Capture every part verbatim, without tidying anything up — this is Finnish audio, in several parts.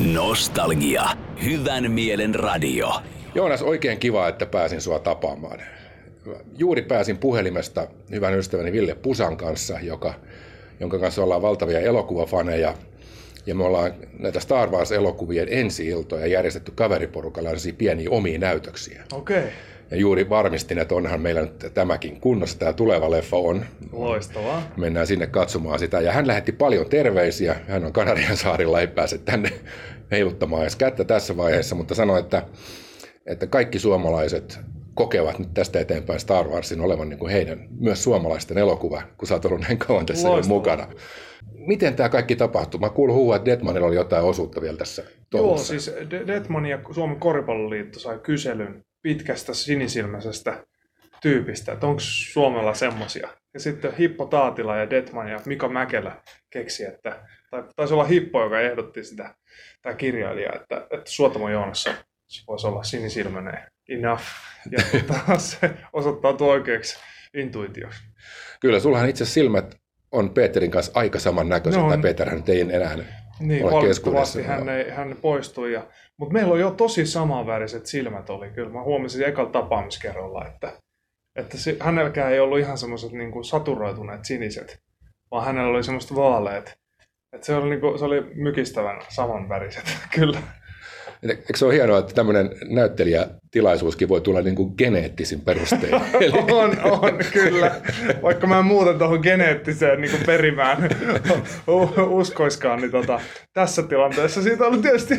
Nostalgia. Hyvän mielen radio. Joonas, oikein kiva, että pääsin sua tapaamaan. Juuri pääsin puhelimesta hyvän ystäväni Ville Pusan kanssa, joka, jonka kanssa ollaan valtavia elokuvafaneja. Ja me ollaan näitä Star Wars-elokuvien ensi-iltoja järjestetty kaveriporukalla pieniä omia näytöksiä. Okei. Okay. Ja juuri varmistin, että onhan meillä nyt tämäkin kunnossa, tämä tuleva leffa on. Loistavaa. Mennään sinne katsomaan sitä. Ja hän lähetti paljon terveisiä. Hän on Kanarian saarilla, ei pääse tänne heiluttamaan edes kättä tässä vaiheessa, mutta sanoi, että, että kaikki suomalaiset kokevat nyt tästä eteenpäin Star Warsin olevan niin kuin heidän, myös suomalaisten elokuva, kun sä oot ollut näin kauan tässä jo mukana. Miten tämä kaikki tapahtui? Mä kuulun huuaa, että Detmanilla oli jotain osuutta vielä tässä touhussa. Joo, siis Detman ja Suomen Koripalloliitto sai kyselyn pitkästä sinisilmäisestä tyypistä, että onko Suomella semmoisia. Ja sitten Hippo Taatila ja Detman ja Mika Mäkelä keksi, että tai taisi olla Hippo, joka ehdotti sitä, tämä kirjailija, että, että Suotamo Joonassa se voisi olla sinisilmäinen enough. Ja taas se osoittautui oikeaksi intuitioksi. Kyllä, sullahan itse silmät on Peterin kanssa aika samannäköiset, no, tai Peterhän ei enää niin, ole keskuudessa. Hän, ei, hän poistui, ja, mutta meillä on jo tosi samanväriset silmät oli kyllä. Mä huomasin ekalla tapaamiskerralla, että, että se, hänelläkään ei ollut ihan semmoiset niin kuin saturoituneet siniset, vaan hänellä oli semmoiset vaaleet. Että se oli, niin kuin, se oli mykistävän samanväriset, kyllä. Eikö se ole hienoa, että tämmöinen näyttelijätilaisuuskin voi tulla niin kuin geneettisin perustein? on, on, kyllä. Vaikka mä en muuten tuohon geneettiseen niin kuin perimään uskoiskaan, niin tota, tässä tilanteessa siitä on tietysti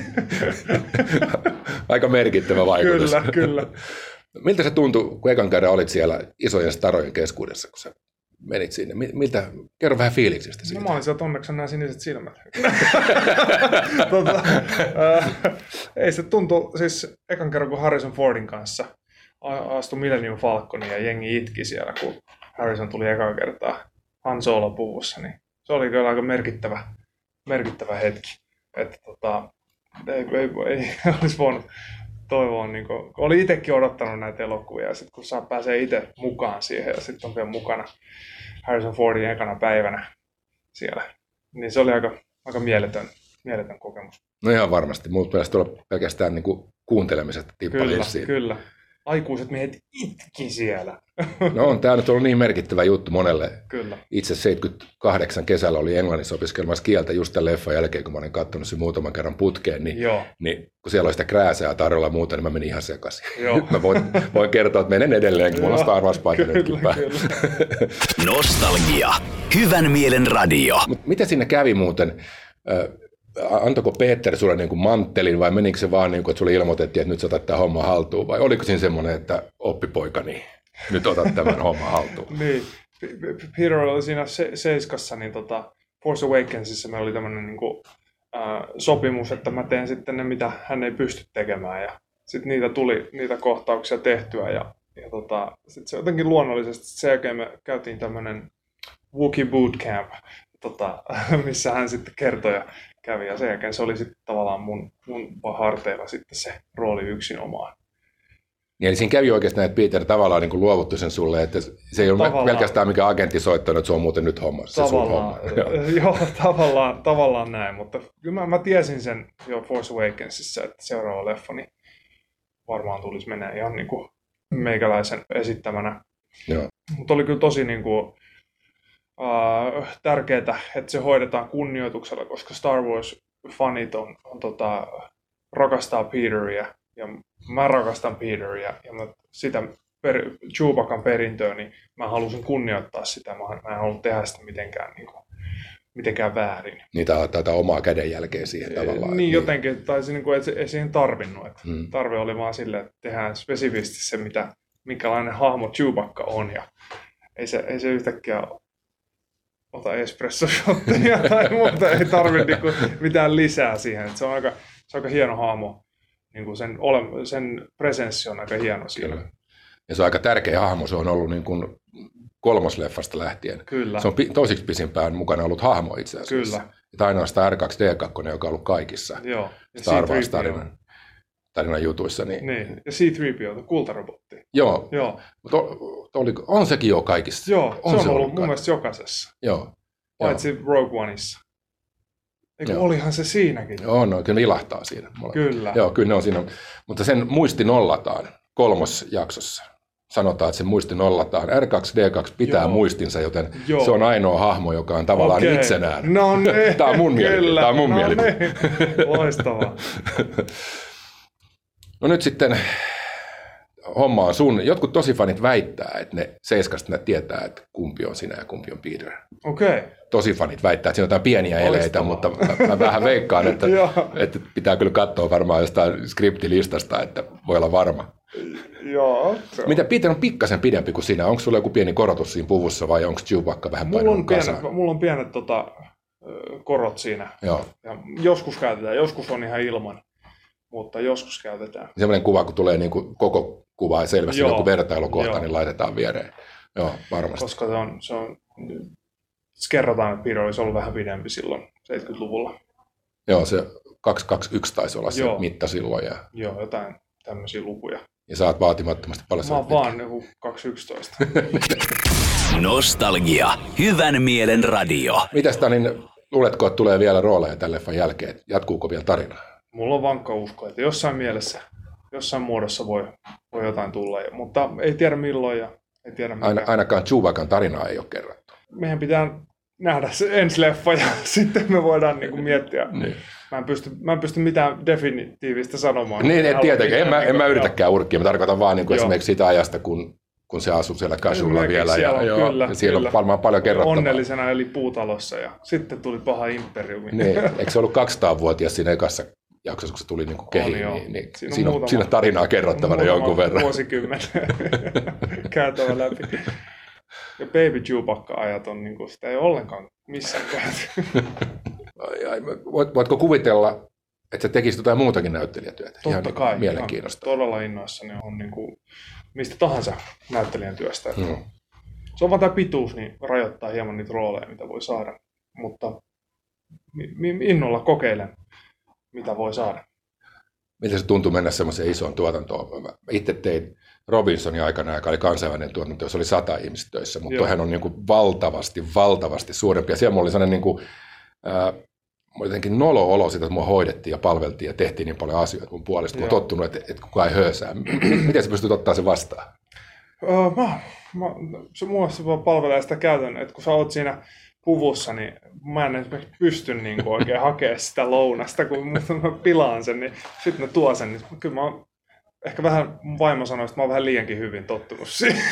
aika merkittävä vaikutus. Kyllä, kyllä. Miltä se tuntui, kun ekan kerran olit siellä isojen starojen keskuudessa, kun sä menit sinne? Miltä? Kerro vähän fiiliksistä siitä. No mä olin sieltä onneksi nämä siniset silmät. tota, äh, ei se tuntu, siis ekan kerran kun Harrison Fordin kanssa astui Millennium Falconiin ja jengi itki siellä, kun Harrison tuli ekan kertaa Han Solo-puvussa, niin se oli kyllä aika merkittävä, merkittävä hetki. Että tota, ei, ei, ei olisi voinut toivoa, niin kun, kun oli itsekin odottanut näitä elokuvia ja sitten kun saa pääsee itse mukaan siihen ja sitten on vielä mukana Harrison Fordin ekana päivänä siellä, niin se oli aika, aika mieletön, mieletön kokemus. No ihan varmasti, mutta pitäisi tulla pelkästään niin kuin kuuntelemisesta tippalissiin. Kyllä, kyllä. Aikuiset miehet itki siellä. No on tämä nyt ollut niin merkittävä juttu monelle. Kyllä. Itse seitsemänkymmentäkahdeksan kesällä oli Englannissa opiskelemassa kieltä just tämän leffan jälkeen, kun mä olin katsonut sen muutaman kerran putkeen, niin, niin kun siellä oli sitä krääsää tarjolla muuta, niin mä menin ihan sekaisin. Nyt mä voin, voin kertoa, että menen edelleenkin, mulla on Star Wars-paita nytkin päällä. Nostalgia. Hyvän mielen radio. Mut mitä siinä kävi muuten? Antoiko Peter sulle niin kuin manttelin vai menikö se vaan niin kuin, että sulle ilmoitettiin, että nyt sä otat tämän homman haltuun vai oliko siinä semmoinen, että oppipoikani, nyt otat tämän homman haltuun? Niin, Peter oli siinä se- seiskassa, niin tota, Force Awakensissa meillä oli tämmöinen niin kuin, äh, sopimus, että mä teen sitten ne, mitä hän ei pysty tekemään ja sitten niitä tuli niitä kohtauksia tehtyä ja, ja tota, sitten se jotenkin luonnollisesti sen jälkeen me käytiin tämmöinen Wookiee Bootcamp, tota, missä hän sitten kertoi ja kävi ja sen jälkeen se oli sitten tavallaan mun, mun harteilla sitten se rooli yksinomaan. Niin, eli siinä kävi oikeastaan, että Peter tavallaan niin kuin luovutti sen sulle, että se ei ole tavallaan pelkästään mikä agentti soittanut, että se on muuten nyt homma, se sun homma. Joo, joo tavallaan, tavallaan näin, mutta kyllä mä, mä tiesin sen jo Force Awakensissa, että seuraava leffa niin varmaan tulisi mennä ihan niin kuin meikäläisen esittämänä. Mutta oli kyllä tosi niin kuin, Uh, tärkeää, että se hoidetaan kunnioituksella, koska Star Wars-fanit on, on, tota, rakastaa Peteria ja mä rakastan Peteria ja mä sitä per, Chewbacan perintöä, niin mä halusin kunnioittaa sitä. Mä, mä en halua tehdä sitä mitenkään, niin kuin, mitenkään väärin. Niin tätä omaa kädenjälkeä siihen tavallaan. Niin, niin jotenkin, tai se, niin kuin, ei, ei siihen tarvinnut. Että hmm. Tarve oli vaan silleen, että tehdään spesifisti se, mitä, minkälainen hahmo Chewbacca on ja ei se, ei se yhtäkkiä ota espresso-shotteja tai muuta, ei tarvitse niinku mitään lisää siihen. Se on aika, se on aika hieno hahmo, niinku sen, ole, sen presenssi on aika hieno siellä. Kyllä. Ja se on aika tärkeä hahmo, se on ollut niin kuin kolmosleffasta lähtien. Kyllä. Se on toisiksi pisimpään mukana ollut hahmo itse asiassa. Kyllä. Ja ainoastaan R kaksi D kaksi, joka on ollut kaikissa Joo. Star Wars-tarinan tarinan jutuissa. Niin, niin. Ja C three P O, kultarobotti. Joo, Joo. mutta on, on sekin jo kaikissa. Joo, on se on ollut mun mielestä jokaisessa. Joo. Paitsi Rogue Oneissa. Eikö olihan se siinäkin? On, no, kyllä ne ilahtaa siinä. Kyllä. Joo, kyllä ne on siinä. Mutta sen muisti nollataan kolmosjaksossa. Sanotaan, että se muisti nollataan. R kaksi D kaksi pitää Joo. muistinsa, joten Joo. se on ainoa hahmo, joka on tavallaan Okei. itsenään. No niin. Tämä on mun mielipide. Tämä on mun no mielipide. Niin. Loistavaa. No nyt sitten homma on sun. Jotkut tosifanit väittää, että ne seiskasta tietää, että kumpi on sinä ja kumpi on Peter. Okei. Okay. Tosifanit väittää, että siinä on jotain pieniä eleitä, mutta mä, mä vähän veikkaan, että, että pitää kyllä katsoa varmaan jostain skriptilistasta, että voi olla varma. Joo. Mitä Peter on pikkasen pidempi kuin sinä? Onko sulla joku pieni korotus siinä puvussa vai onko Chewbacca vähän painunut kasaan? Mulla on pienet tota, korot siinä. Joo. Ja joskus käytetään, joskus on ihan ilman, mutta joskus käytetään. Sellainen kuva, kun tulee niin kuin koko kuva ja selvästi Joo. joku vertailukohta, Joo. niin laitetaan viereen. Joo, varmasti. Koska se on, se on kerrotaan, että Peter olisi ollut vähän pidempi silloin seitsemänkymmentäluvulla. Joo, se kaksi kaksi yksi taisi olla se Joo. mitta silloin. Ja... Joo, jotain tämmöisiä lukuja. Ja sä oot vaatimattomasti paljon. Mä oon vaan joku kaksi yksitoista. Nostalgia. Hyvän mielen radio. Mitäs tää niin, luuletko, että tulee vielä rooleja tämän leffan jälkeen? Jatkuuko vielä tarina? Mulla on vankka usko, että jossain mielessä, jossain muodossa voi, voi jotain tulla, mutta ei tiedä milloin ja ei tiedä mikä. Aina, ainakaan Chewbaccan tarinaa ei ole kerrattu. Meidän pitää nähdä se ensi leffa ja sitten me voidaan niinku miettiä. Niin. Mä en, pysty, mä en pysty mitään definitiivistä sanomaan. Niin, en tietenkin. En, mä, en mä yritäkään urkkia. Mä tarkoitan vaan niin kuin esimerkiksi sitä ajasta, kun, kun se asui siellä Kashulla vielä. Siellä on, ja, joo, kyllä, ja siellä kyllä. on varmaan paljon kerrottavaa. Onnellisena eli puutalossa ja sitten tuli paha imperiumi. Niin, eikö se ollut kaksisataavuotias siinä ekassa jaksossa, kun se tuli niin kuin kehiin? Niin, niin siinä, siinä, on muutama, siinä tarinaa kerrottavana jonkun verran. Vuosikymmen käytävä läpi. Ja Baby Chewbacca-ajat on, niin kuin, sitä ei ollenkaan missään käyty. Ai, ai, voitko kuvitella, että sä tekisit jotain muutakin näyttelijätyötä? Totta ihan kai. Mielenkiinnosta. Todella innoissani on niin kuin, mistä tahansa näyttelijän työstä. Hmm. Se on vaan tämä pituus, niin rajoittaa hieman niitä rooleja, mitä voi saada. Mutta innolla kokeilen, mitä voi saada. Miten se tuntui mennä semmoiseen isoon tuotantoon? Mä itse tein Robinsonin aikana, joka oli kansainvälinen tuotanto, jossa oli sata ihmistä töissä, mutta toihan on niin kuin valtavasti, valtavasti suurempi. Ja siellä mulla oli sellainen niin kuin, ää, jotenkin nolo-olo siitä, että mua hoidettiin ja palveltiin ja tehtiin niin paljon asioita mun puolesta. Mä oon tottunut, että, että kukaan ei höösää. Miten sä pystyt ottaa sen vastaan? Uh, mä, mä, se mua se vaan palvelee sitä käytön, että kun sä oot siinä puvussa, niin mä en esimerkiksi pysty niin kuin oikein hakemaan sitä lounasta, kun mä pilaan sen, niin sitten ne tuo sen. Niin kyllä mä oon, ehkä vähän mun vaimo sanoi, että mä oon vähän liiankin hyvin tottunut siihen.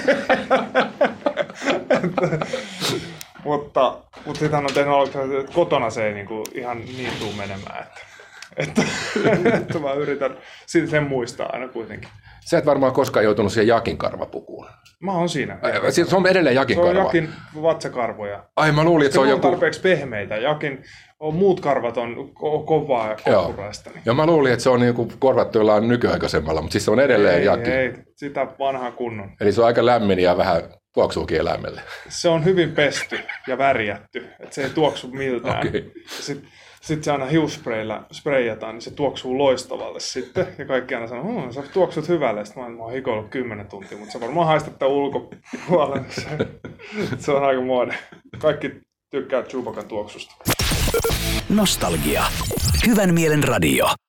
mutta mutta sitähän on tehnyt olla, että kotona se ei niin kuin ihan niin tuu menemään, että, että, että mä yritän sen muistaa aina kuitenkin. Sä et varmaan koskaan joutunut siihen Jakin karvapukuun. Mä oon siinä. Se on edelleen Jakin karva. Se on Jakin vatsakarvoja. Ai mä luulin, että se on, on joku... tarpeeksi pehmeitä. Jakin on, muut karvat on ko- kovaa ja kokkuraista. Joo. Ja mä luulin, että se on niinku korvat jollain nykyaikaisemmalla, mutta siis se on edelleen ei, Jakin. Ei, sitä vanhaa kunnon. Eli se on aika lämmin ja vähän tuoksuukin eläimelle. Se on hyvin pesty ja värjätty, että se ei tuoksu miltään. Okay. Sitten sit se aina hiusspreillä sprayataan, niin se tuoksuu loistavalle sitten. Ja kaikki aina sanoo, että sä tuoksut hyvälle. Sitten mä, mä oon hikoillut kymmenen tuntia, mutta sä varmaan haistat tämän ulkopuolelle. Se, se on aika muode. Kaikki tykkää Chewbaccan tuoksusta. Nostalgia. Hyvän mielen radio.